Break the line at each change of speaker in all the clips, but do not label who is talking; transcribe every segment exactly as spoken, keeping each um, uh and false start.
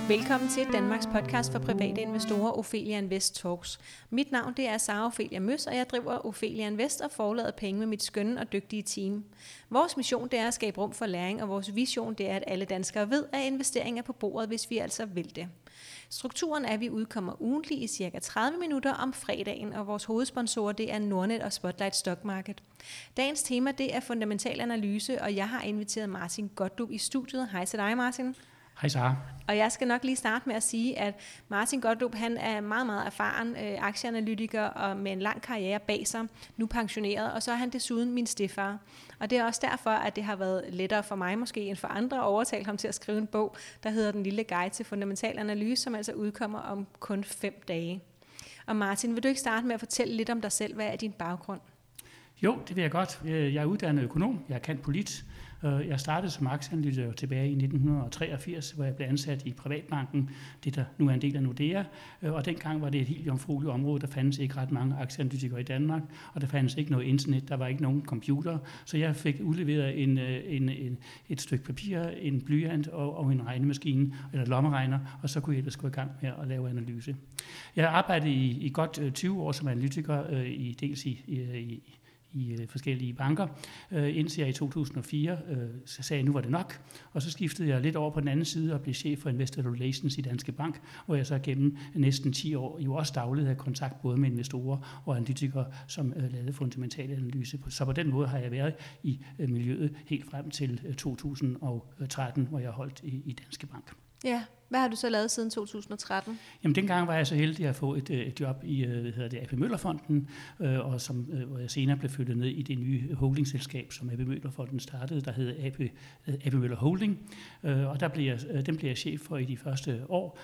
Velkommen til Danmarks podcast for private investorer, Ophelia Invest Talks. Mit navn det er Sara Ophelia Møs, og jeg driver Ophelia Invest og forlader penge med mit skønne og dygtige team. Vores mission det er at skabe rum for læring, og vores vision det er, at alle danskere ved, at investering er på bordet, hvis vi altså vil det. Strukturen er, at vi udkommer ugentlig i cirka tredive minutter om fredagen, og vores hovedsponsorer det er Nordnet og Spotlight Stock Market. Dagens tema det er fundamental analyse, og jeg har inviteret Martin Gottlob i studiet. Hej til dig, Martin.
Hej Sara.
Og jeg skal nok lige starte med at sige, at Martin Gottlob han er meget, meget erfaren øh, aktieanalytiker og med en lang karriere bag sig, nu pensioneret, og så er han desuden min stedfar. Og det er også derfor, at det har været lettere for mig måske end for andre at overtale ham til at skrive en bog, der hedder Den lille guide til fundamental analyse, som altså udkommer om kun fem dage. Og Martin, vil du ikke starte med at fortælle lidt om dig selv? Hvad er din baggrund?
Jo, det vil jeg godt. Jeg er uddannet økonom, jeg kan polit. Jeg startede som aktieanalytiker tilbage i nitten treogfirs, hvor jeg blev ansat i Privatbanken, det der nu er en del af Nordea. Og dengang var det et helt jomfrueligt område. Der fandtes ikke ret mange aktieanalytikere i Danmark, og der fandtes ikke noget internet, der var ikke nogen computer. Så jeg fik udleveret en, en, en, et stykke papir, en blyant og, og en regnemaskine, eller lommeregner, og så kunne jeg ellers gå i gang med at lave analyse. Jeg arbejdede i, i godt tyve år som analytiker, i, dels i, i i forskellige banker, indtil jeg i to tusind og fire så sagde, at nu var det nok. Og så skiftede jeg lidt over på den anden side og blev chef for Investor Relations i Danske Bank, hvor jeg så gennem næsten ti år jo også dagligt havde kontakt både med investorer og analytikere, som lavede fundamental analyse. Så på den måde har jeg været i miljøet helt frem til to tusind og tretten, hvor jeg holdt i Danske Bank.
Ja, hvad har du så lavet siden to tusind og tretten?
Jamen dengang var jeg så heldig at få et, et job i hvad hedder det, A P Møller-fonden, og som, hvor jeg senere blev flyttet ned i det nye holdingselskab, som A P Møller-fonden startede, der hed A P, A P Møller Holding, og der blev jeg, den blev jeg chef for i de første år,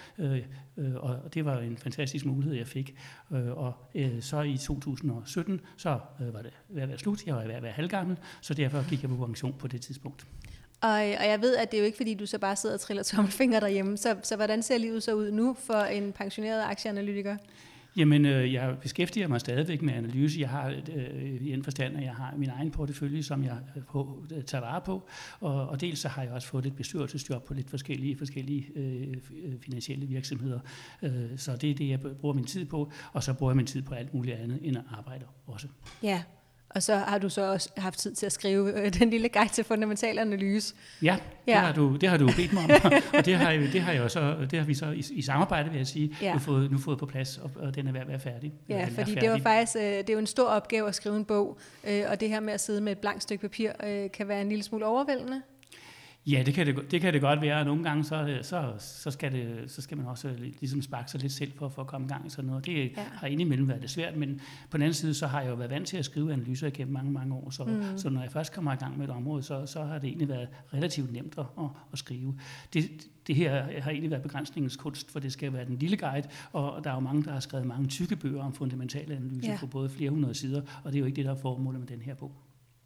og det var en fantastisk mulighed, jeg fik. Og så i to tusind og sytten, så var det ved at være slut, jeg var ved at være halvgammel, så derfor gik jeg på pension på det tidspunkt.
Og, og jeg ved, at det er jo ikke, fordi du så bare sidder og triller tommelfingre derhjemme. Så, så hvordan ser livet så ud nu for en pensioneret aktieanalytiker?
Jamen, øh, jeg beskæftiger mig stadigvæk med analyse. Jeg har øh, i en forstand, at jeg har min egen portefølje, som jeg på, tager vare på. Og, og dels så har jeg også fået et bestyrelsesjob på lidt forskellige, forskellige øh, finansielle virksomheder. Øh, så det er det, jeg bruger min tid på. Og så bruger jeg min tid på alt muligt andet end at arbejde også.
Ja. Og så har du så også haft tid til at skrive øh, den lille guide til fundamental analyse.
Ja, det, ja. Har, du, det har du bedt mig om, og det har, det har, jeg så, det har vi så i, i samarbejde, vil jeg sige, ja. nu, fået, nu fået på plads, og, og den er ved at være færdig.
Ja, fordi det var faktisk øh, det er jo en stor opgave at skrive en bog, øh, og det her med at sidde med et blankt stykke papir øh, kan være en lille smule overvældende.
Ja, det kan det, det kan det godt være, og nogle gange så, så, så, skal, det, så skal man også ligesom sparke sig lidt selv for, for at komme i gang i sådan noget. Det ja. har indimellem været det svært, men på den anden side, så har jeg jo været vant til at skrive analyser igennem mange, mange år, så, mm. så når jeg først kommer i gang med et område, så, så har det egentlig været relativt nemt at, at, at skrive. Det, det her har egentlig været begrænsningens kunst, for det skal være den lille guide, og der er jo mange, der har skrevet mange tykke bøger om fundamentale analyser ja. på både flere hundrede sider, og det er jo ikke det, der er formålet med den her bog.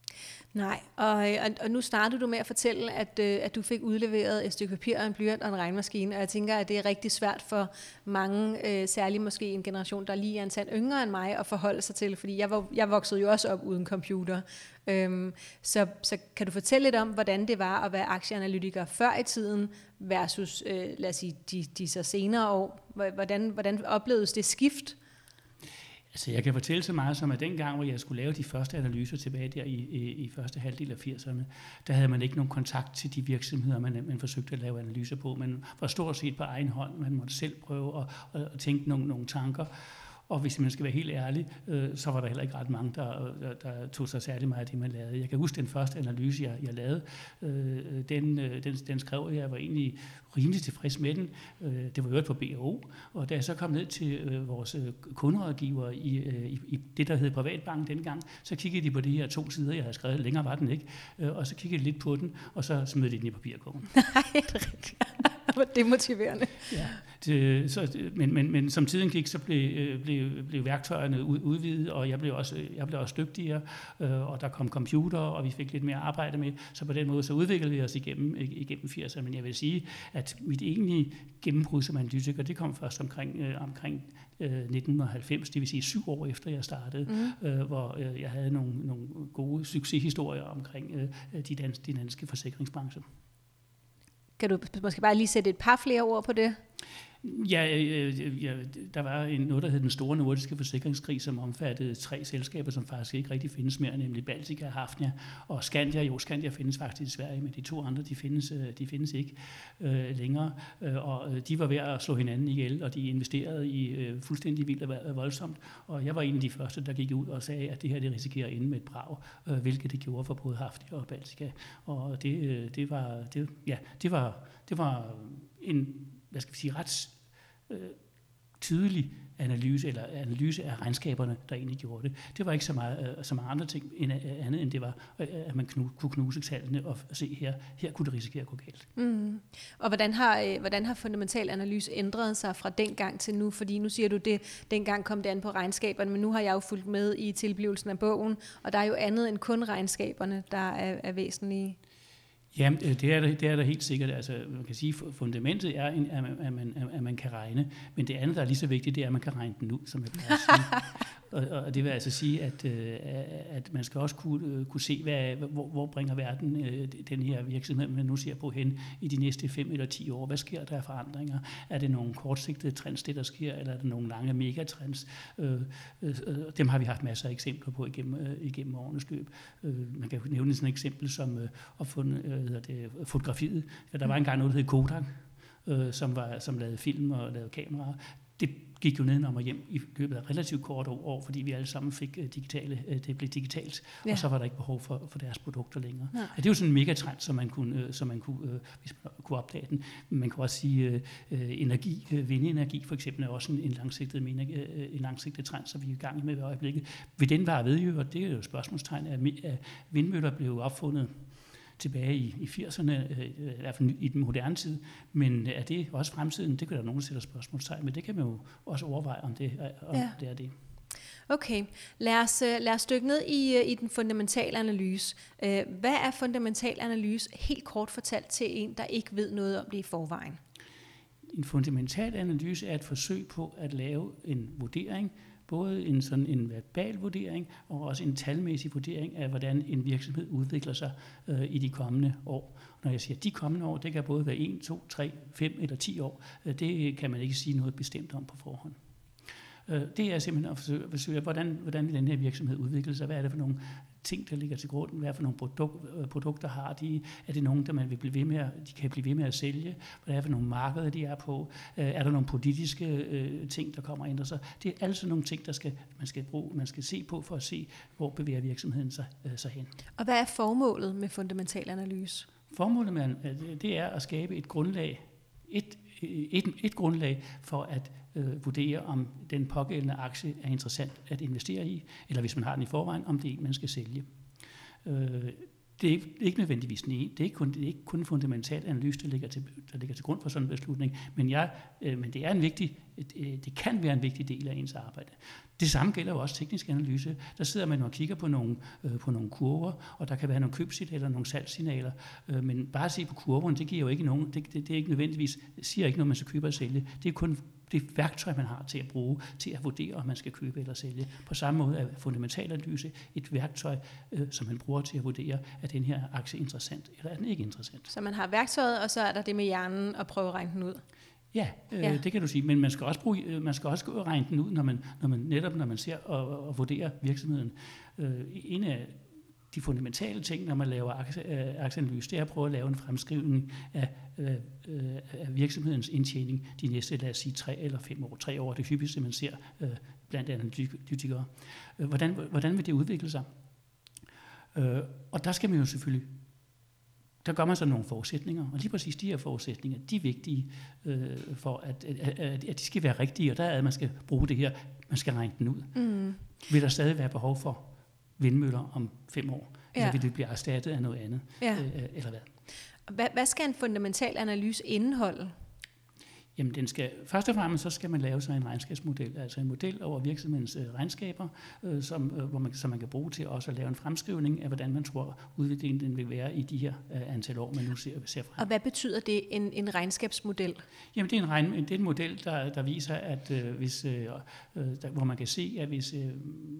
Nej, og, og nu startede du med at fortælle, at, at du fik udleveret et stykke papir og en blyant og en regnmaskine, og jeg tænker, at det er rigtig svært for mange, særligt måske en generation, der lige er en tand yngre end mig, at forholde sig til, fordi jeg, var, jeg voksede jo også op uden computer. Øhm, så, så kan du fortælle lidt om, hvordan det var at være aktieanalytiker før i tiden, versus, øh, lad os sige, de, de så senere år. Hvordan, hvordan oplevedes det skift?
Altså, jeg kan fortælle så meget som, at dengang, hvor jeg skulle lave de første analyser tilbage der i, i, i første halvdel af firserne, der havde man ikke nogen kontakt til de virksomheder, man, man forsøgte at lave analyser på. Man var stort set på egen hånd, man måtte selv prøve at, at, at tænke nogle, nogle tanker. Og hvis man skal være helt ærlig, øh, så var der heller ikke ret mange, der, der, der tog sig særlig meget af det, man lavede. Jeg kan huske den første analyse, jeg, jeg lavede. Øh, den, den, den skrev jeg, jeg var egentlig rimelig tilfreds med den. Øh, det var jo på B og O, og da jeg så kom ned til øh, vores kunderådgiver i, øh, i, i det, der hed Privatbanken dengang, så kiggede de på de her to sider, jeg havde skrevet. Længere var den ikke. Øh, og så kiggede de lidt på den, og så smed de den i papirkurven.
Nej, det er rigtigt. Hvor demotiverende.
Ja, det, så, men, men, men som tiden gik, så blev, blev, blev værktøjerne udvidet, og jeg blev også, jeg blev også dygtigere, og der kom computer, og vi fik lidt mere arbejde med, så på den måde så udviklede vi os igennem, igennem firserne. Men jeg vil sige, at mit egentlige gennembrud som analytiker, det kom først omkring, omkring nitten halvfems, det vil sige syv år efter jeg startede, mm. øh, hvor øh, jeg havde nogle, nogle gode succeshistorier omkring øh, de, danske, de danske forsikringsbrancher.
Kan du måske bare lige sætte et par flere ord på det?
Ja, øh, ja, der var en, noget, der hed den store nordiske forsikringskrig, som omfattede tre selskaber, som faktisk ikke rigtig findes mere, nemlig Baltica, Hafnia og Skandia. Jo, Skandia findes faktisk i Sverige, men de to andre, de findes, de findes ikke øh, længere. Og de var ved at slå hinanden ihjel, og de investerede i øh, fuldstændig vildt og voldsomt. Og jeg var en af de første, der gik ud og sagde, at det her det risikerer at ende med et brag, øh, hvilket det gjorde for både Hafnia og Baltica. Og det, øh, det var, det, ja, det var, det var en, hvad skal vi sige, ret øh, tydelig analyse, eller analyse af regnskaberne, der egentlig gjorde det. Det var ikke så meget, øh, så meget andre ting end, øh, andet, end det var, øh, at man knu, kunne knuse tallene og se her, her kunne det risikere at gå galt.
Mm. Og hvordan har, øh, hvordan har fundamental analyse ændret sig fra dengang til nu? Fordi nu siger du det, dengang kom det an på regnskaberne, men nu har jeg jo fulgt med i tilblivelsen af bogen, og der er jo andet end kun regnskaberne, der er, er væsentlige.
Ja, det er, det er der helt sikkert. Altså, man kan sige, at fundamentet er, at man, at, man, at man kan regne. Men det andet, der er lige så vigtigt, det er, at man kan regne den ud, som jeg plejer at sige. Og, og det vil altså sige, at, at man skal også kunne, kunne se, hvad, hvor, hvor bringer verden den her virksomhed, man nu ser på hen i de næste fem eller ti år. Hvad sker der af forandringer? Er det nogle kortsigtede trends, det der sker, eller er det nogle lange megatrends? Dem har vi haft masser af eksempler på igennem, igennem årenes løb. Man kan nævne sådan et eksempel som opfundet hedder det, fotografiet. Ja, der var engang noget, der hed Kodak, øh, som, var, som lavede film og lavede kameraer. Det gik jo nedenom og hjem i løbet af relativt kort år, fordi vi alle sammen fik uh, digitale, uh, det blev digitalt, ja. Og så var der ikke behov for, for deres produkter længere. Ja. Det er jo sådan en megatrend, som man kunne, uh, som man kunne uh, hvis man kunne opdage den. Men man kan også sige, uh, uh, energi, uh, vindenergi for eksempel, er også en, en, langsigtet, uh, en langsigtet trend, som vi er i gang med i øjeblikket. Vil den vare ved jo, og det er jo spørgsmålstegn, at, at vindmøller blev opfundet tilbage i, i firserne, øh, i hvert fald i den moderne tid, men er det også fremtiden? Det kan der nogen sætte spørgsmålstegn, men det kan man jo også overveje, om det, om ja. det er det.
Okay, lad os, lad os dykke ned i, i den fundamentale analyse. Hvad er fundamental analyse helt kort fortalt til en, der ikke ved noget om det i forvejen?
En fundamental analyse er et forsøg på at lave en vurdering, både en sådan en verbal vurdering og også en talmæssig vurdering af, hvordan en virksomhed udvikler sig øh, i de kommende år. Når jeg siger de kommende år, det kan både være en, to, tre, fem eller ti år. Øh, det kan man ikke sige noget bestemt om på forhånd. Øh, det er simpelthen at forsøge, at forsøge hvordan, hvordan vil den her virksomhed udvikle sig? Hvad er det for nogle ting, der ligger til grund? Hvad er for nogle produk- produkter har de? Er det nogen, der man vil blive ved med at, de kan blive ved med at sælge? Hvad er det for nogle markeder, de er på? Er der nogle politiske øh, ting, der kommer og ændrer sig? Det er altså nogle ting, der skal, man, skal bruge, man skal se på for at se, hvor bevæger virksomheden sig, øh, sig hen.
Og hvad er formålet med fundamental analyse?
Formålet med det er at skabe et grundlag, et, et, et grundlag for at øh, vurdere, om den pågældende aktie er interessant at investere i, eller hvis man har den i forvejen, om det er en, man skal sælge. Øh, det er ikke, ikke nødvendigvis den ene. Det er ikke kun, det er ikke kun en fundamental analyse, der ligger til, der ligger til grund for sådan en beslutning, men, jeg, øh, men det er en vigtig, det kan være en vigtig del af ens arbejde. Det samme gælder jo også teknisk analyse. Der sidder man og kigger på nogle, øh, på nogle kurver, og der kan være nogle købsignaler eller nogle salgssignaler, øh, men bare at se på kurverne, det giver jo ikke nogen, det, det, det er ikke nødvendigvis, det siger ikke noget, man skal købe og sælge. Det er kun det værktøj, man har til at bruge, til at vurdere, om man skal købe eller sælge. På samme måde er fundamental analyse et værktøj, øh, som man bruger til at vurdere, er den her aktie interessant, eller er den ikke interessant.
Så man har værktøjet, og så er der det med hjernen at prøve at regne den ud?
Ja, øh, ja, det kan du sige, men man skal også bruge, man skal også regne den ud, når man, når man netop når man ser og, og vurderer virksomheden. Øh, en af de fundamentale ting, når man laver aktie, øh, aktieanalyse, det er at prøve at lave en fremskrivning af, øh, af virksomhedens indtjening de næste, lad os sige, tre eller fem år. Tre år er det hyppigste, man ser øh, blandt analytikere. Øh, hvordan, hvordan vil det udvikle sig? Øh, og der skal man jo selvfølgelig Der gør man så nogle forudsætninger, og lige præcis de her forudsætninger, de er vigtige øh, for, at, at, at, at de skal være rigtige, og der er, at man skal bruge det her, man skal regne den ud. Mm. Vil der stadig være behov for vindmøller om fem år, ja. Eller vil det blive erstattet af noget andet, ja. øh, eller hvad?
hvad? Hvad skal en fundamental analyse indeholde?
Jamen, den skal, først og fremmest så skal man lave sig en regnskabsmodel, altså en model over virksomhedens øh, regnskaber, øh, som, øh, hvor man, som man kan bruge til også at lave en fremskrivning af, hvordan man tror, udviklingen den vil være i de her øh, antal år, man nu ser, ser frem.
Og hvad betyder det, en, en regnskabsmodel?
Jamen, det er en, regn, det er en model, der, der viser, at øh, hvis, øh, der, hvor man kan se, at hvis øh,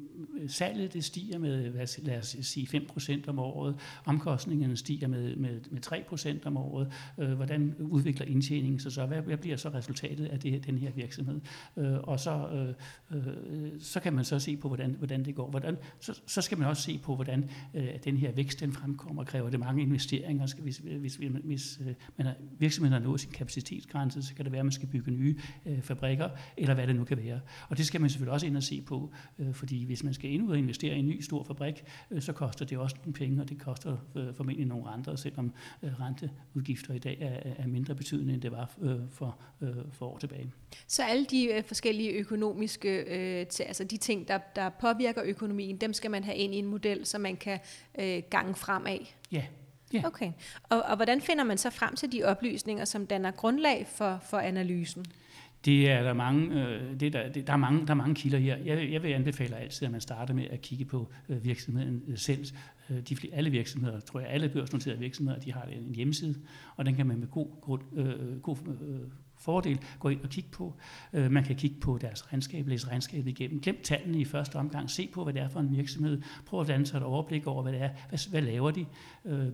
salget det stiger med, lad os sige, fem procent om året, omkostningerne stiger med, med, med tre procent om året, øh, hvordan udvikler indtjeningen sig så? Hvad, hvad bliver så resultatet af det, den her virksomhed? Øh, og så, øh, øh, så kan man så se på, hvordan, hvordan det går. Hvordan, så, så skal man også se på, hvordan øh, den her vækst den fremkommer. Kræver det mange investeringer? Skal, hvis hvis, hvis øh, man har, virksomheden har nået sin kapacitetsgrænse, så kan det være, at man skal bygge nye øh, fabrikker, eller hvad det nu kan være. Og det skal man selvfølgelig også ind og se på, øh, fordi hvis man skal ind og investere i en ny stor fabrik, øh, så koster det også nogle penge, og det koster øh, formentlig nogle renter, selvom øh, renteudgifter i dag er, er mindre betydende, end det var øh, for, øh, for år tilbage.
Så alle de øh, forskellige økonomiske, øh, til, altså de ting, der, der påvirker økonomien, dem skal man have ind i en model, så man kan øh, gange fremad?
Ja. Ja.
Okay. Og, og hvordan finder man så frem til de oplysninger, som danner grundlag for, for analysen?
Det er der mange, øh, det er der, det, der er mange, der er mange kilder her. Jeg, jeg vil anbefale altid, at man starter med at kigge på øh, virksomheden øh, selv. Øh, de, alle virksomheder, tror jeg, alle børsnoterede virksomheder, de har en hjemmeside, og den kan man med god, god, øh, god øh, fordel gå ind og kigge på. Øh, man kan kigge på deres regnskab, læse regnskabet igennem. Glem tallene i første omgang. Se på, hvad det er for en virksomhed. Prøv at danne sig et overblik over, hvad det er. Hvad, hvad laver de? Øh,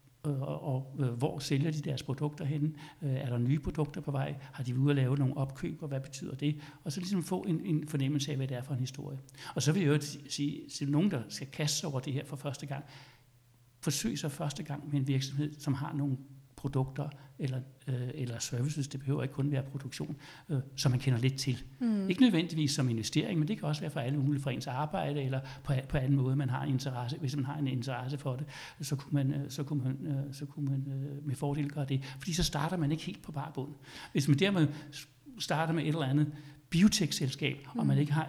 Og, og øh, hvor sælger de deres produkter hen? Øh, er der nye produkter på vej? Har de ude at lave nogle opkøb, og hvad betyder det? Og så ligesom få en, en fornemmelse af, hvad det er for en historie. Og så vil jeg jo sige til nogen, der skal kaste sig over det her for første gang, forsøg sig første gang med en virksomhed, som har nogle produkter eller, øh, eller services, det behøver ikke kun være produktion, øh, som man kender lidt til. Mm. Ikke nødvendigvis som investering, men det kan også være for alle mulige, for ens arbejde, eller på, på anden måde, man har en interesse. Hvis man har en interesse for det, så kunne man, så kunne man, øh, så kunne man øh, med fordel gøre det. Fordi så starter man ikke helt på bar bund. Hvis man dermed starter med et eller andet biotech-selskab, mm. og man ikke har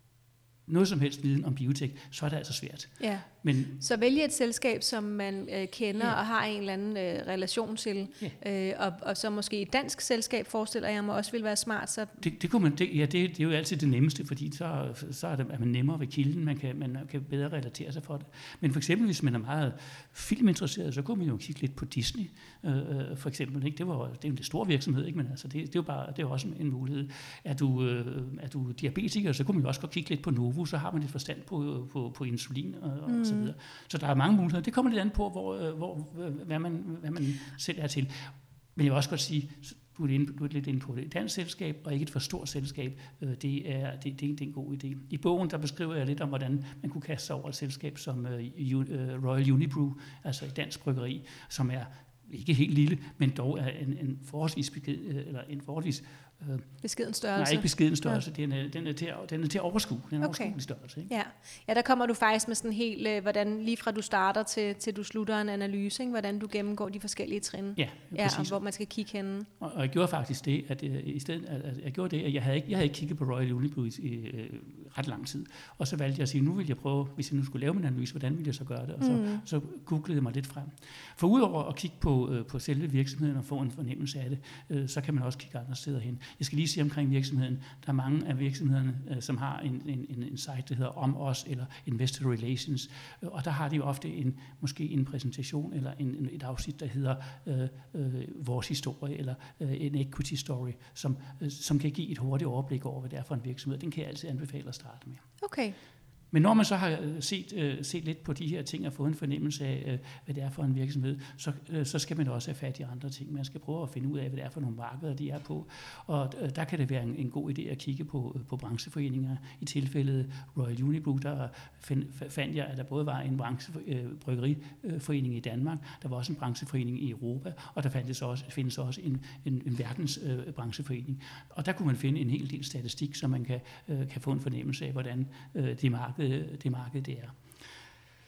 noget som helst viden om biotek, så er det altså svært.
Ja.
Men,
så vælge et selskab, som man øh, kender ja. og har en eller anden øh, relation til, ja. øh, og, og så måske et dansk selskab, forestiller jeg mig også vil være smart. Så
det, det, kunne man, det, ja, det, det er jo altid det nemmeste, fordi så, så er, det, er man nemmere ved kilden, man kan, man kan bedre relatere sig for det. Men for eksempel, hvis man er meget filminteresseret, så kunne man jo kigge lidt på Disney, øh, for eksempel. Ikke? Det, var, det er jo en stor virksomhed, ikke? Men altså, det, det er jo bare, det er også en mulighed. Er du, øh, er du diabetiker, så kunne man jo også godt kigge lidt på Novo, så har man lidt forstand på, på, på insulin og, og mm. så videre. Så der er mange muligheder. Det kommer lidt an på, hvor, hvor, hvad, man, hvad man selv er til. Men jeg vil også godt sige, du er, inde, du er lidt inde på det. Et dansk selskab og ikke et for stort selskab, det er, det, det er en god idé. I bogen der beskriver jeg lidt om, hvordan man kunne kaste sig over et selskab som uh, Royal Unibrew, altså et dansk bryggeri, som er ikke helt lille, men dog er en, en forholdsvis beged, eller en forholdsvis
beskeden størrelse.
Nej, ikke beskeden størrelse. Ja. Den, er, den, er til, den er til at overskue. Den er okay. Overskuelig størrelse. Ikke?
Ja. ja, der kommer du faktisk med sådan helt, øh, hvordan lige fra du starter til, til du slutter en analyse, ikke? Hvordan du gennemgår de forskellige trin.
Ja,
ja, og hvor man skal kigge henne.
Og, og jeg gjorde faktisk det, at øh, i stedet, at jeg gjorde det, at jeg havde ikke, jeg havde ikke kigget på Royal Unibrew i øh, ret lang tid. Og så valgte jeg at sige, nu vil jeg prøve, hvis jeg nu skulle lave min analyse, hvordan ville jeg så gøre det? Og så, mm. så googlede jeg mig lidt frem. For udover at kigge på, øh, på selve virksomheden og få en fornemmelse af det, øh, så kan man også kigge andre steder hen. Jeg skal lige sige omkring virksomheden. Der er mange af virksomhederne, øh, som har en, en, en site, der hedder Om Os eller Investor Relations, øh, og der har de jo ofte en, måske en præsentation eller en, en, et afsnit, der hedder øh, øh, Vores Historie eller øh, en Equity Story, som, øh, som kan give et hurtigt overblik over, hvad det er for en virksomhed. Den kan jeg altid anbefale at starte med.
Okay.
Men når man så har set, øh, set lidt på de her ting og fået en fornemmelse af, øh, hvad det er for en virksomhed, så, øh, så skal man også have fat i andre ting. Man skal prøve at finde ud af, hvad det er for nogle markeder, de er på. Og øh, der kan det være en, en god idé at kigge på, på brancheforeninger. I tilfældet Royal Unibrew, der find, fandt jeg, at der både var en branchebryggeriforening i Danmark, der var også en brancheforening i Europa, og der findes også, findes også en, en, en verdensbrancheforening. Øh, og der kunne man finde en hel del statistik, så man kan, øh, kan få en fornemmelse af, hvordan øh, det marked det marked det er.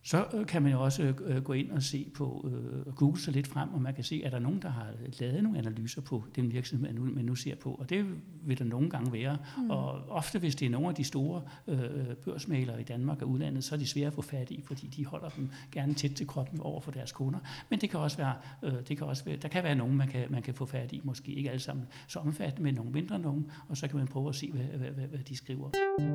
Så øh, kan man jo også øh, gå ind og se på, øh, google sig lidt frem, og man kan se, at der er nogen, der har lavet nogle analyser på den virksomhed, man nu, man nu ser på, og det vil der nogle gange være. Mm. Og ofte, hvis det er nogle af de store øh, børsmalere i Danmark og udlandet, så er de svære at få fat i, fordi de holder dem gerne tæt til kroppen over for deres kunder. Men det kan også være, øh, det kan også være, der kan være nogen, man kan, man kan få fat i, måske ikke alle sammen så omfattende, men nogle mindre nogen, og så kan man prøve at se, hvad, hvad, hvad, hvad de skriver.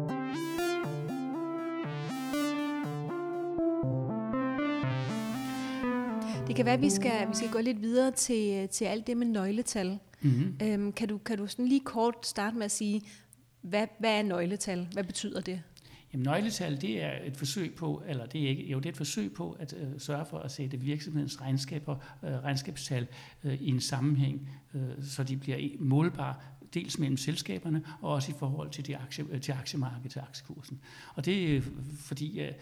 Det kan være, at vi skal, vi skal gå lidt videre til, til alt det med nøgletal.
Mm-hmm.
Øhm, kan, du, kan du sådan lige kort starte med at sige, hvad, hvad er nøgletal? Hvad betyder det?
Jamen, nøgletal, det er et forsøg på, eller det er ikke, jo, det er et forsøg på at øh, sørge for at sætte virksomhedens regnskaber, øh, regnskabstal øh, i en sammenhæng, øh, så de bliver målbare, dels mellem selskaberne, og også i forhold til, de aktie, til aktiemarkedet, til aktiekursen. Og det er fordi, øh,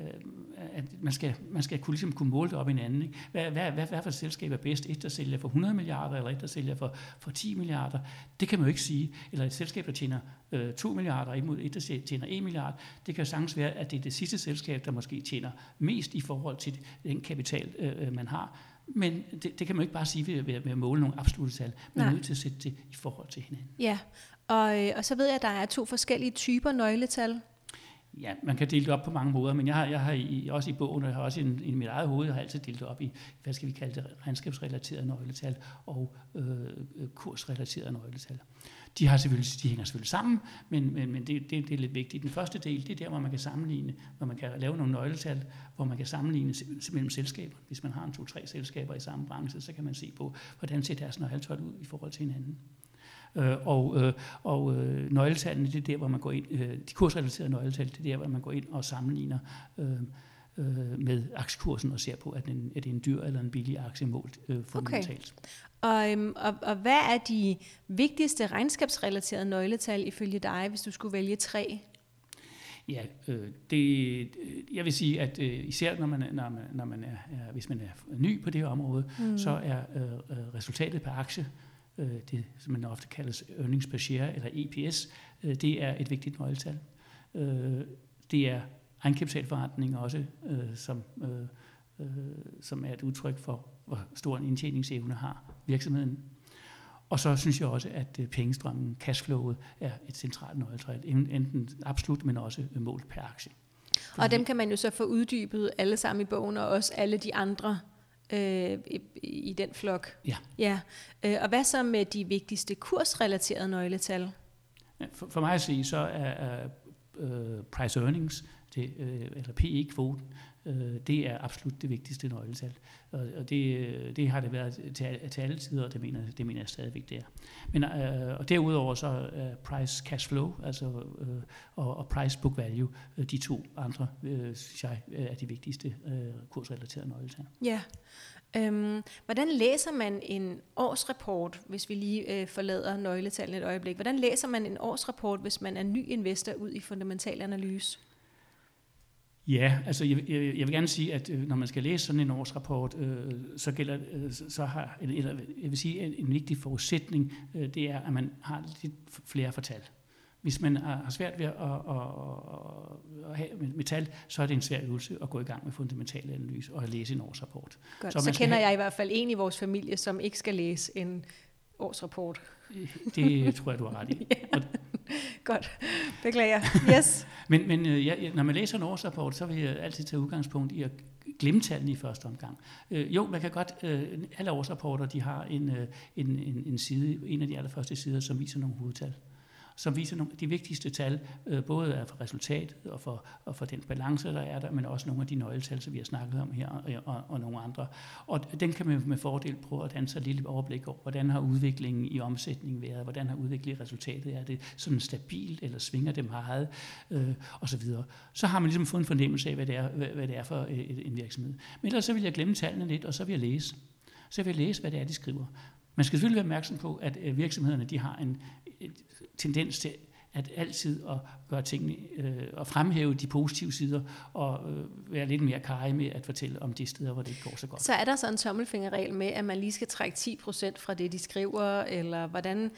at man skal, man skal kunne, ligesom kunne måle det op i hinanden. Ikke? Hvad, hvad, hvad, hvad for et selskab er bedst? Et, der sælger for hundrede milliarder, eller et, der sælger for, for ti milliarder? Det kan man jo ikke sige. Eller et selskab, der tjener øh, to milliarder, imod et, der tjener en milliard. Det kan jo sagtens være, at det er det sidste selskab, der måske tjener mest i forhold til den kapital, øh, man har. Men det, det kan man jo ikke bare sige ved, ved, ved at måle nogle absolutte tal. Man er nødt til at sætte det i forhold til hinanden.
Ja, og, og så ved jeg, at der er to forskellige typer nøgletal.
Ja, man kan dele det op på mange måder, men jeg har, jeg har i, også i bogen, og jeg har også i, i mit eget hoved, jeg har altid delt det op i, hvad skal vi kalde det, regnskabsrelaterede nøgletal og øh, kursrelaterede nøgletal. De, har selvfølgelig, de hænger selvfølgelig sammen, men, men, men det, det, det er lidt vigtigt. Den første del, det er der, hvor man kan sammenligne, hvor man kan lave nogle nøgletal, hvor man kan sammenligne mellem selskaber. Hvis man har en to-tre selskaber i samme branche, så kan man se på, hvordan ser deres nøgletal ud i forhold til hinanden. Øh, og øh, og øh, nøgletallene, det er der, hvor man går ind, øh, de kursrelaterede nøgletal, det er der, hvor man går ind og sammenligner øh, øh, med aktiekursen og ser på, at, en, at det er en dyr eller en billig aktie målt øh, fundamentalt.
Okay. Og, øhm, og, og hvad er de vigtigste regnskabsrelaterede nøgletal ifølge dig, hvis du skulle vælge tre?
Ja, øh, det, jeg vil sige, at øh, især når man, når man, når man er, er, hvis man er ny på det her område, mm. så er øh, resultatet per aktie, øh, det som man ofte kaldes earnings per share eller E P S, øh, det er et vigtigt nøgletal. Øh, det er egenkapitalforrentning også, øh, som, øh, øh, som er et udtryk for, hvor stor en indtjeningsevne har virksomheden. Og så synes jeg også, at pengestrømmen, cashflowet, er et centralt nøgletal. Enten absolut, men også målt per aktie.
Fordi og dem kan man jo så få uddybet alle sammen i bogen, og også alle de andre øh, i, i den flok.
Ja.
ja. Øh, og hvad så med de vigtigste kursrelaterede nøgletal?
For, for mig at sige, så er, er uh, price earnings, det, øh, eller P E-kvoten, øh, det er absolut det vigtigste nøgletal. Og, og det, det har det været til, til alle tider, og det mener, det mener jeg stadigvæk, det er. Men, øh, og derudover så er price cash flow, altså, øh, og, og price book value, øh, de to andre, øh, synes jeg, er de vigtigste øh, kursrelaterede nøgletal.
Ja. Øhm, hvordan læser man en årsrapport, hvis vi lige øh, forlader nøgletallene et øjeblik? Hvordan læser man en årsrapport, hvis man er ny investor ud i fundamental analyse?
Ja, altså jeg, jeg, jeg vil gerne sige, at øh, når man skal læse sådan en årsrapport, øh, så gælder, øh, så har, eller jeg vil sige, en, en vigtig forudsætning, øh, det er, at man har lidt flere fortal. Hvis man har svært ved at, at, at, at have med tal, så er det en svær øvelse at gå i gang med fundamental analyse og at læse en årsrapport.
Godt, så, så kender have, jeg i hvert fald en i vores familie, som ikke skal læse en årsrapport.
Det tror jeg, du har ret i.
Ja. Godt, beklager. Yes.
men men ja, når man læser en årsrapport, så vil jeg altid tage udgangspunkt i at glemme tallene i første omgang. Øh, jo, man kan godt, øh, alle årsrapporter, de har en, en, en, en side, en af de allerførste sider, som viser nogle hovedtal, som viser nogle, de vigtigste tal, øh, både er for resultatet og for, og for den balance, der er der, men også nogle af de nøgletal, som vi har snakket om her, og, og, og nogle andre. Og den kan man med fordel prøve at danne sig et lille overblik over, hvordan har udviklingen i omsætningen været, hvordan har udviklingen i resultatet, er det sådan stabilt, eller svinger det meget, øh, og så videre. Så har man ligesom fået en fornemmelse af, hvad det er, hvad, hvad det er for et, en virksomhed. Men ellers så vil jeg glemme tallene lidt, og så vil jeg læse. Så vil jeg læse, hvad det er, de skriver. Man skal selvfølgelig være opmærksom på, at virksomhederne, de har en tendens til at altid at gøre tingene øh, og fremhæve de positive sider og øh, være lidt mere karrig med at fortælle om de steder, hvor det ikke går så godt.
Så er der så en tommelfingerregel med, at man lige skal trække ti procent fra det, de skriver, eller hvordan,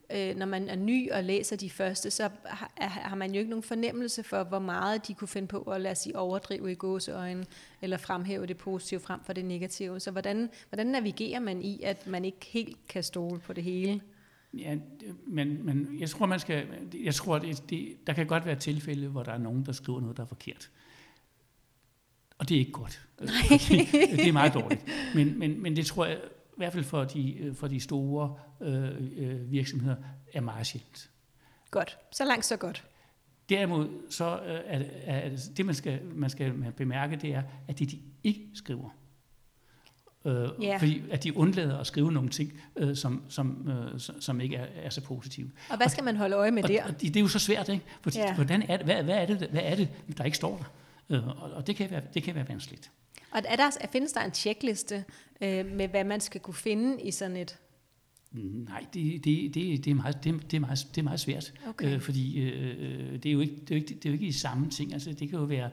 øh, når man er ny og læser de første, så har, har man jo ikke nogen fornemmelse for, hvor meget de kunne finde på at lade sig overdrive i gåseøjne, eller fremhæve det positive frem for det negative. Så hvordan, hvordan navigerer man i, at man ikke helt kan stole på det hele?
Ja, men, men jeg tror, man skal, jeg tror, det, det, der kan godt være tilfælde, hvor der er nogen, der skriver noget, der er forkert. Og det er ikke godt. Det er meget dårligt. Men, men, men det tror jeg, i hvert fald for de, for de store øh, virksomheder, er meget sjældent.
Godt. Så langt, så godt.
Derimod, så er, er det, man skal, man skal bemærke, det er, at det de ikke skriver. Øh, yeah. Fordi at de undlader at skrive nogle ting, øh, som, som, øh, som ikke er, er så positive.
Og hvad skal man holde øje med
og,
der?
Og det, det er jo så svært, ikke? Fordi,
yeah.
hvordan er det, hvad, hvad, er det, hvad er det, der ikke står der? Øh, og og det, kan være, det kan være vanskeligt.
Og er der, findes der en checkliste øh, med, hvad man skal kunne finde i sådan et?
Nej, det, det, det, det, er, meget, det, det, er, meget, det er meget svært,
okay.
øh, fordi øh, det, er jo ikke, det, er jo ikke, det er jo ikke de samme ting. Altså, det kan jo være...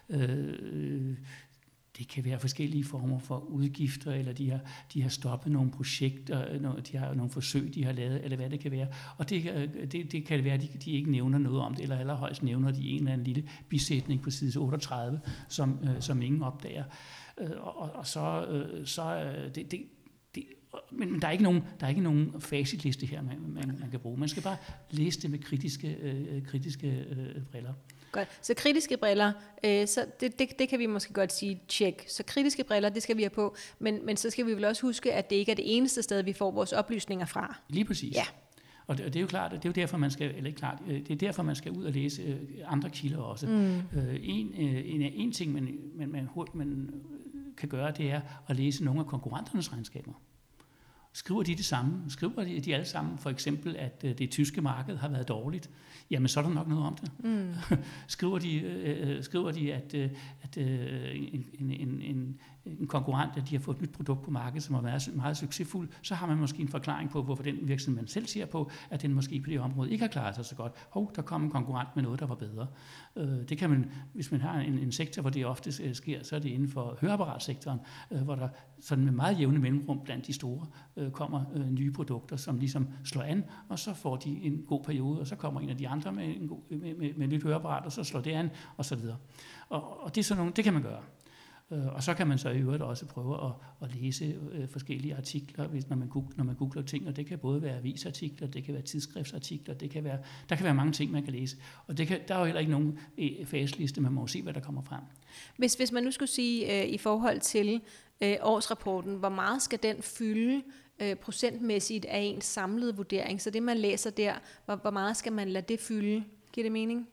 Øh, Det kan være forskellige former for udgifter, eller de har, de har stoppet nogle projekter, de har nogle forsøg, de har lavet, eller hvad det kan være. Og det, det, det kan være, at de, de ikke nævner noget om det, eller allerhøjst nævner de en eller anden lille bisætning på side otteogtredive, som, øh, som ingen opdager. Øh, og, og så... Øh, så øh, det, det, det, men, men der er ikke nogen, der er ikke nogen facitliste her, man, man, man kan bruge. Man skal bare læse det med kritiske, øh, kritiske øh, briller.
Godt. Så kritiske briller, øh, så det, det, det kan vi måske godt sige tjek. Så kritiske briller, det skal vi have på, men, men så skal vi vel også huske, at det ikke er det eneste sted, vi får vores oplysninger fra.
Lige præcis.
Ja.
Og det, og det er jo klart, det er jo derfor man skal, eller ikke klart, det er derfor man skal ud og læse øh, andre kilder også.
Mm.
Øh, en, øh, en, en ting man, man, man, man kan gøre, det er at læse nogle af konkurrenternes regnskaber. Skriver de det samme? Skriver de, de alle sammen for eksempel, at det tyske marked har været dårligt? Jamen, så er der nok noget om det. Mm. skriver, de, øh, skriver de, at, at øh, en, en, en, en konkurrent, at de har fået et nyt produkt på markedet, som har været meget succesfuld, så har man måske en forklaring på, hvorfor den virksomhed, man selv ser på, at den måske på det område ikke har klaret sig så godt. Hov, der kom en konkurrent med noget, der var bedre. Øh, det kan man, hvis man har en, en sektor, hvor det ofte sker, så er det inden for høreapparatsektoren, øh, hvor der sådan med meget jævne mellemrum blandt de store øh, kommer øh, nye produkter, som ligesom slår an, og så får de en god periode, og så kommer en af de andre med en god, med, med, med nyt høreapparat, og så slår det an, og så videre. Og, og det er sådan nogle, det kan man gøre. Øh, og så kan man så i øvrigt også prøve at, at læse øh, forskellige artikler, hvis, når, man googler, når man googler ting, og det kan både være avisartikler, det kan være tidsskriftsartikler, det kan være, der kan være mange ting, man kan læse. Og det kan, der er jo heller ikke nogen øh, faseliste, man må jo se, hvad der kommer frem. Hvis,
hvis man nu skulle sige øh, i forhold til øh, årsrapporten, hvor meget skal den fylde øh, procentmæssigt af ens samlede vurdering? Så det, man læser der, hvor, hvor meget skal man lade det fylde? Giver det mening?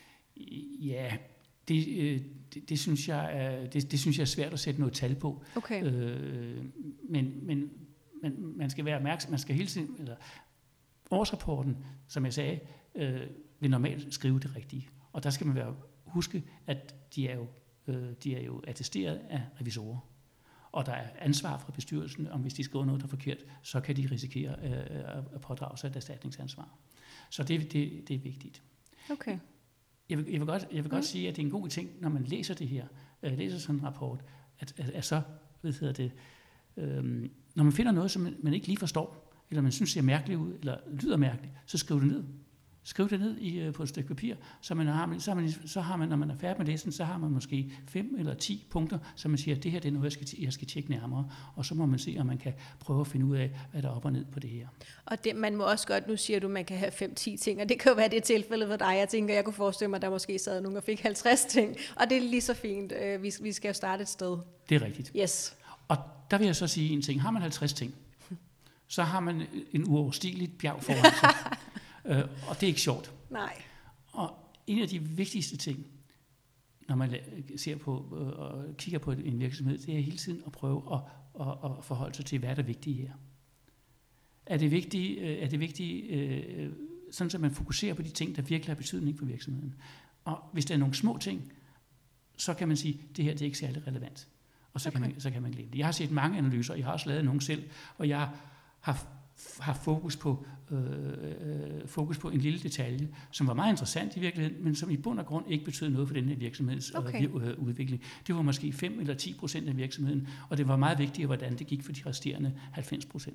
Ja, det, øh, det, det, synes jeg er, det, det synes jeg er svært at sætte noget tal på.
Okay.
Øh, men, men, men man skal være opmærksom, man skal hele tiden, eller årsrapporten, som jeg sagde, øh, vil normalt skrive det rigtige. Og der skal man være, huske, at de er jo, øh, de er jo attesteret af revisorer. Og der er ansvar fra bestyrelsen, om hvis de skriver noget, der er forkert, så kan de risikere øh, at pådrage sig et erstatningsansvar. Så det, det, det er vigtigt.
Okay.
Jeg vil, jeg vil godt, jeg vil godt mm. sige, at det er en god ting, når man læser det her, øh, læser sådan en rapport, at, at, at så, hvad hedder det, øh, når man finder noget, som man, man ikke lige forstår, eller man synes ser mærkeligt ud, eller lyder mærkeligt, så skriv det ned. Skriv det ned i, på et stykke papir, så, man har, så, man, så har man, når man er færdig med læsen, så har man måske fem eller ti punkter, så man siger, at det her det er noget, jeg skal, jeg skal tjekke nærmere, og så må man se, om man kan prøve at finde ud af, hvad der er op og ned på det her.
Og det, man må også godt, nu siger du, at man kan have fem til ti ting, og det kan jo være det tilfælde for dig. Jeg tænker, jeg kunne forestille mig, at der måske sad nogen og fik halvtreds ting, og det er lige så fint. Vi, vi skal jo starte et sted.
Det er rigtigt.
Yes.
Og der vil jeg så sige en ting. Har man halvtreds ting, så har man en uoverstigeligt bjerg foran sig. Uh, og det er ikke sjovt.
Nej.
Og en af de vigtigste ting, når man ser på uh, og kigger på en virksomhed, det er hele tiden at prøve at, at, at forholde sig til, hvad er der vigtigt her. Er det vigtigt, uh, er det vigtigt uh, sådan at man fokuserer på de ting, der virkelig har betydning for virksomheden. Og hvis der er nogle små ting, så kan man sige, at det her det er ikke særlig relevant. Og så, okay. kan man, så kan man glemme det. Jeg har set mange analyser, jeg har også lavet nogle selv, og jeg har har fokus på, øh, fokus på en lille detalje, som var meget interessant i virkeligheden, men som i bund og grund ikke betød noget for den her virksomheds okay. øh, udvikling. Det var måske fem eller ti procent af virksomheden, og det var meget vigtigt, hvordan det gik for de resterende halvfems procent.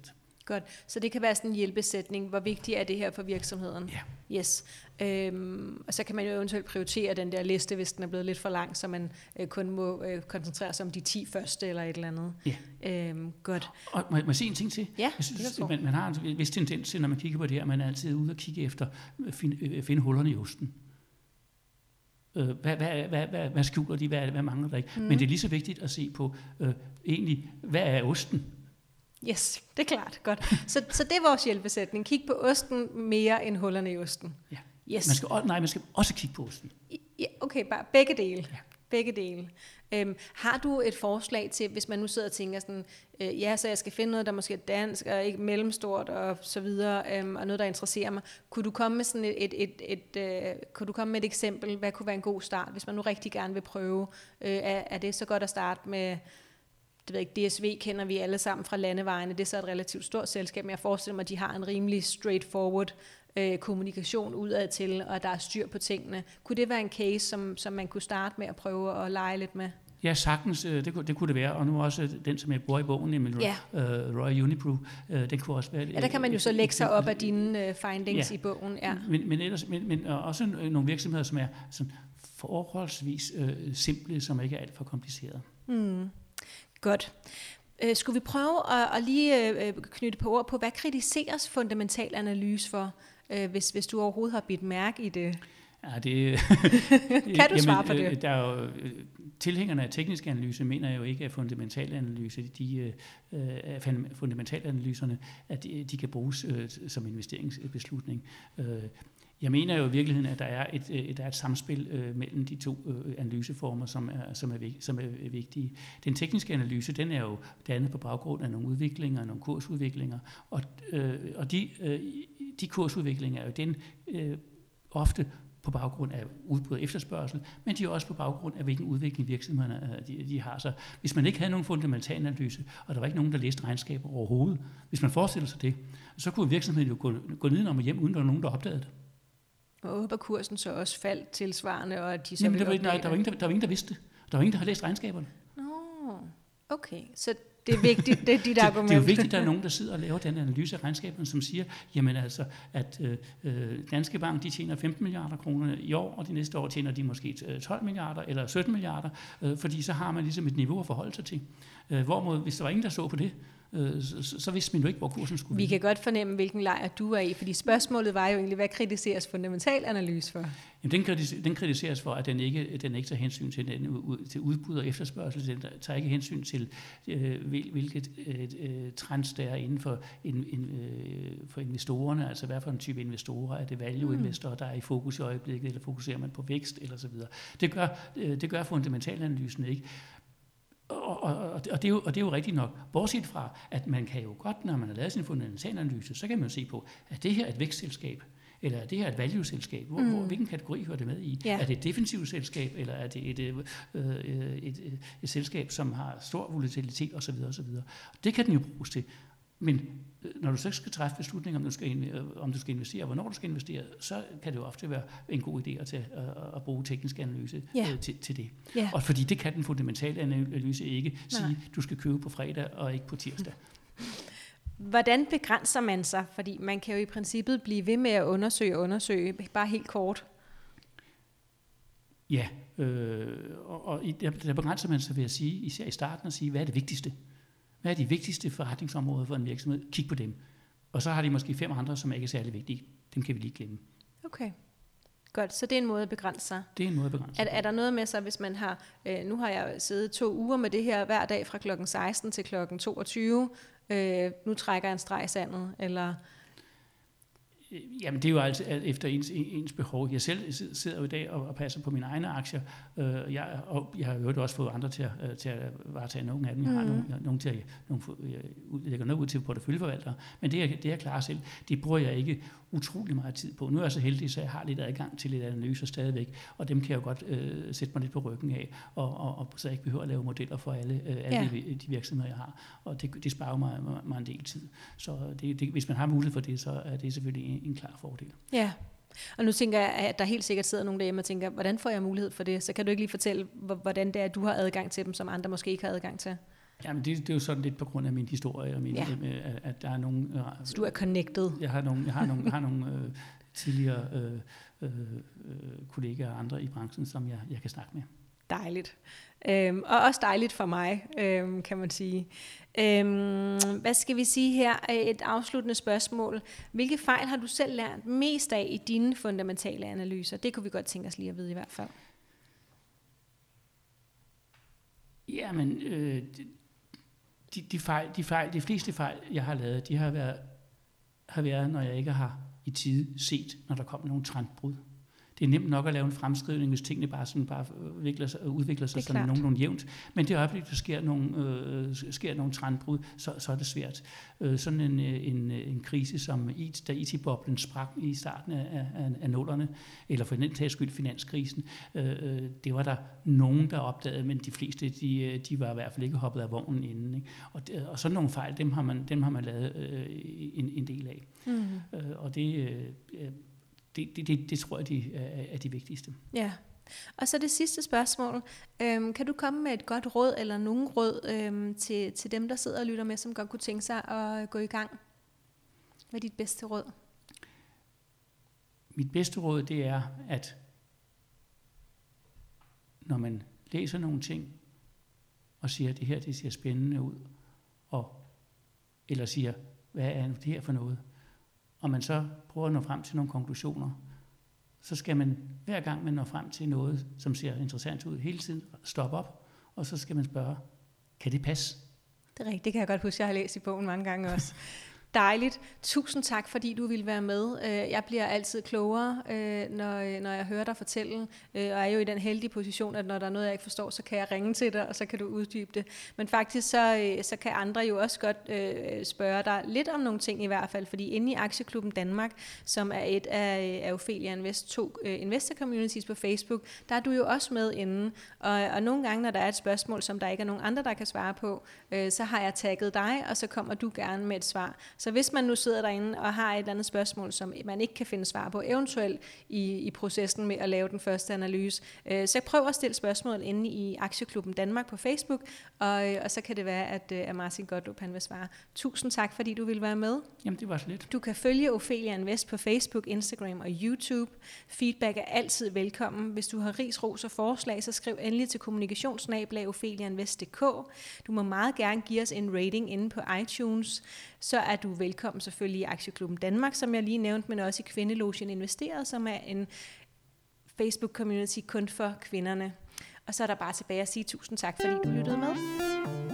Godt. Så det kan være sådan en hjælpesætning. Hvor vigtig er det her for virksomheden?
Ja.
Yes. Øhm, og så kan man jo eventuelt prioritere den der liste, hvis den er blevet lidt for lang, så man øh, kun må øh, koncentrere sig om de ti første eller et eller andet.
Ja.
Øhm, godt.
Og må, må jeg sige en ting til?
Ja,
jeg synes, man, man har en vis tendens til, når man kigger på det her, man er altid ude og kigge efter, finde, finde hullerne i osten. Hvad, hvad, hvad, hvad, hvad skjuler de? Hvad, hvad mangler der ikke? Mm. Men det er lige så vigtigt at se på, øh, egentlig, hvad er osten?
Yes, det er klart. Godt. Så, så det er vores hjælpesætning. Kig på osten mere end hullerne i osten.
Ja.
Yes.
Man skal, nej, man skal også kigge på osten.
Ja, okay, bare begge dele.
Ja.
Begge dele. Øhm, har du et forslag til, hvis man nu sidder og tænker sådan, øh, ja, så jeg skal finde noget, der måske er dansk og ikke mellemstort og så videre, øhm, og noget, der interesserer mig. Kunne du komme med sådan et, et, et, et, øh, kunne du komme med et eksempel? Hvad kunne være en god start, hvis man nu rigtig gerne vil prøve? Øh, er, er det så godt at starte med, det ved ikke, D S V kender vi alle sammen fra landevejene, det er så et relativt stort selskab, men jeg forestiller mig, at de har en rimelig straightforward øh, kommunikation udad til, og der er styr på tingene. Kunne det være en case, som, som man kunne starte med at prøve at lege lidt med?
Ja, sagtens, det kunne, det kunne det være, og nu også den, som jeg bruger i bogen, nemlig ja. uh, Royal Unibrew, uh, den kunne også være...
Ja, der kan man jo så lægge sig op af dine uh, findings ja. i bogen. Ja.
Men, men, ellers, men, men også nogle virksomheder, som er sådan forholdsvis uh, simple, som ikke er alt for komplicerede.
Mm. Godt. Uh, skulle vi prøve at, at lige uh, knytte på ord på, hvad kritiseres fundamental analyse for, uh, hvis, hvis du overhovedet har bidt mærke i det?
Ja, det
kan du svare på
jamen,
det?
Der er jo, tilhængerne af teknisk analyse mener jo ikke, at fundamental analyse, de, uh, fundamentalanalyserne, at de, de kan bruges uh, som investeringsbeslutning. Uh, Jeg mener jo i virkeligheden, at der er et, et, der er et samspil øh, mellem de to øh, analyseformer, som er, som, er, som er vigtige. Den tekniske analyse, den er jo dannet på baggrund af nogle udviklinger, nogle kursudviklinger, og, øh, og de, øh, de kursudviklinger er jo den øh, ofte på baggrund af udbud og efterspørgsel, men de er også på baggrund af, hvilken udvikling virksomhederne de, de har. Så hvis man ikke havde nogen fundamental analyse, og der var ikke nogen, der læste regnskaber overhovedet, hvis man forestiller sig det, så kunne virksomheden jo gå, gå nedenom og hjem, uden der var nogen, der opdagede det.
Og håber kursen så også faldt tilsvarende, og at de så
Jamen, der var, nej, der var ingen, der, der var ingen, der vidste det. Der var ingen, der har læst regnskaberne.
Nå, okay. Så det er vigtigt, det er dit argument.
Det er jo vigtigt, at der er nogen, der sidder og laver den analyse af regnskaberne, som siger, jamen altså, at øh, Danske Bank, de tjener femten milliarder kroner i år, og de næste år tjener de måske tolv milliarder eller sytten milliarder, øh, fordi så har man ligesom et niveau at forholde sig til. Øh, hvorimod, hvis der var ingen, der så på det, Så, så vidste man jo ikke, hvor kursen skulle.
Vi kan godt fornemme, hvilken lejr du er i, fordi spørgsmålet var jo egentlig, hvad kritiseres fundamental analyse for?
Jamen, den, kritiseres, den kritiseres for, at den ikke, den ikke tager hensyn til, den, til udbud og efterspørgsel. Den tager ikke hensyn til, øh, hvilket øh, trends der er inden for, in, in, øh, for investorerne, altså hvad for en type investorer. Er det value-investorer, der er i fokus i øjeblikket, eller fokuserer man på vækst, eller så videre. Det gør, øh, det gør fundamentalanalysen ikke. Og, og, og, det er jo, og det er jo rigtigt nok, bortset fra, at man kan jo godt, når man har lavet sin fundamentalanalyse, så kan man jo se på, at det her er et vækstselskab, eller er det her et value-selskab? Hvor, mm. hvor, hvilken kategori hører det med i? Yeah. Er det et defensivt selskab, eller er det et, øh, et, et, et, et selskab, som har stor volatilitet osv. osv.? Det kan den jo bruges til. Men når du så skal træffe beslutninger, om du skal, om du skal investere, og hvornår du skal investere, så kan det jo ofte være en god idé at, tage, at bruge teknisk analyse yeah. til, til det. Yeah. Og fordi det kan den fundamentale analyse ikke sige, Nej. Du skal købe på fredag og ikke på tirsdag.
Hvordan begrænser man sig? Fordi man kan jo i princippet blive ved med at undersøge og undersøge, bare helt kort.
Ja, øh, og, og der, der begrænser man sig ved at sige, især i starten, at sige, hvad er det vigtigste? Hvad er de vigtigste forretningsområder for en virksomhed? Kig på dem. Og så har de måske fem andre, som ikke er særlig vigtige. Dem kan vi lige glemme.
Okay. Godt, så det er en måde at begrænse sig.
Det er en måde at begrænse sig.
Er, er der noget med sig, hvis man har, øh, nu har jeg siddet to uger med det her hver dag fra klokken seksten til klokken toogtyve, øh, nu trækker jeg en streg i sandet, eller...
Jamen det er jo altid efter ens, ens behov. Jeg selv sidder jo i dag og, og passer på mine egne aktier. Øh, jeg, og jeg har jo også fået andre til at, til at varetage nogle af dem. Jeg har mm. nogle, nogle til at nogle, jeg lægger noget ud til porteføljeforvaltere. Men det er, det er jeg klar selv. Det bruger jeg ikke utrolig meget tid på. Nu er jeg så heldig, så jeg har lidt adgang til lidt analyser stadigvæk. Og dem kan jeg jo godt øh, sætte mig lidt på ryggen af. Og, og, og så jeg ikke behøver at lave modeller for alle, øh, alle ja. de, de virksomheder, jeg har. Og det, det sparer mig, mig, mig en del tid. Så det, det, hvis man har mulighed for det, så er det selvfølgelig en, en klar fordel.
Ja, og nu tænker jeg, at der helt sikkert sidder nogen derhjemme og tænker, hvordan får jeg mulighed for det? Så kan du ikke lige fortælle, hvordan det er, at du har adgang til dem, som andre måske ikke har adgang til?
Jamen det, det er jo sådan lidt på grund af min historie, og min,
Ja.
at, at der er nogle... Øh,
Så du er connected.
Jeg har nogle, jeg har nogle, jeg har nogle øh, tidligere øh, øh, kollegaer og andre i branchen, som jeg, jeg kan snakke med.
Dejligt. Øhm, og også dejligt for mig, øhm, kan man sige. Øhm, hvad skal vi sige her? Et afsluttende spørgsmål. Hvilke fejl har du selv lært mest af i dine fundamentale analyser? Det kunne vi godt tænke os lige at vide i hvert fald.
Jamen, øh, de, de, fejl, de, fejl, de fleste fejl, jeg har lavet, de har været, har været, når jeg ikke har i tide set, når der kommer nogle trendbrud. Det er nemt nok at lave en fremskrivning, hvis tingene bare, sådan bare udvikler sig, udvikler sig sådan nogenlunde jævnt. Men det øjeblik, der sker nogle, øh, sker nogle trendbrud, så, så er det svært. Øh, sådan en, en, en krise, som da I T-boblen sprang i starten af, af, af nullerne, eller for den tages skyld finanskrisen, øh, det var der nogen, der opdagede, men de fleste, de, de var i hvert fald ikke hoppet af vognen inden. Ikke? Og, og sådan nogle fejl, dem har man, dem har man lavet øh, en, en del af. Mm. Øh, og det... Øh, Det, det, det, det tror jeg de er, er de vigtigste.
Ja, og så det sidste spørgsmål. Øhm, kan du komme med et godt råd eller nogen råd øhm, til, til dem, der sidder og lytter med, som godt kunne tænke sig at gå i gang? Hvad er dit bedste råd?
Mit bedste råd, det er, at når man læser nogle ting og siger, at det her det ser spændende ud, og, eller siger, hvad er det her for noget? Og man så prøver at nå frem til nogle konklusioner, så skal man hver gang man når frem til noget, som ser interessant ud, hele tiden stoppe op, og så skal man spørge, kan det passe?
Det er rigtigt, det kan jeg godt huske, jeg har læst i bogen mange gange også. Dejligt. Tusind tak, fordi du ville være med. Jeg bliver altid klogere, når, når jeg hører dig fortælle, og er jo i den heldige position, at når der er noget, jeg ikke forstår, så kan jeg ringe til dig, og så kan du uddybe det. Men faktisk så, så kan andre jo også godt spørge dig lidt om nogle ting i hvert fald, fordi inde i Aktieklubben Danmark, som er et af, af Ophelia Invest to investor communities på Facebook, der er du jo også med inde. Og, og nogle gange, når der er et spørgsmål, som der ikke er nogen andre, der kan svare på, så har jeg tagget dig, og så kommer du gerne med et svar. Så hvis man nu sidder derinde og har et eller andet spørgsmål, som man ikke kan finde svar på, eventuelt i, i processen med at lave den første analyse, øh, så prøv at stille spørgsmål inde i Aktieklubben Danmark på Facebook, og, og så kan det være, at, at Martin Gottlob han vil svare. Tusind tak, fordi du vil være med.
Jamen, det var så lidt.
Du kan følge Ophelia Invest på Facebook, Instagram og YouTube. Feedback er altid velkommen. Hvis du har ris, ros og forslag, så skriv endelig til kommunikationsnabel-a ophelia invest punktum d k. Du må meget gerne give os en rating inde på iTunes. Så er du velkommen selvfølgelig i Aktieklubben Danmark, som jeg lige nævnte, men også i Kvindelogen Investeret, som er en Facebook-community kun for kvinderne. Og så er der bare tilbage at sige tusind tak, fordi du lyttede med.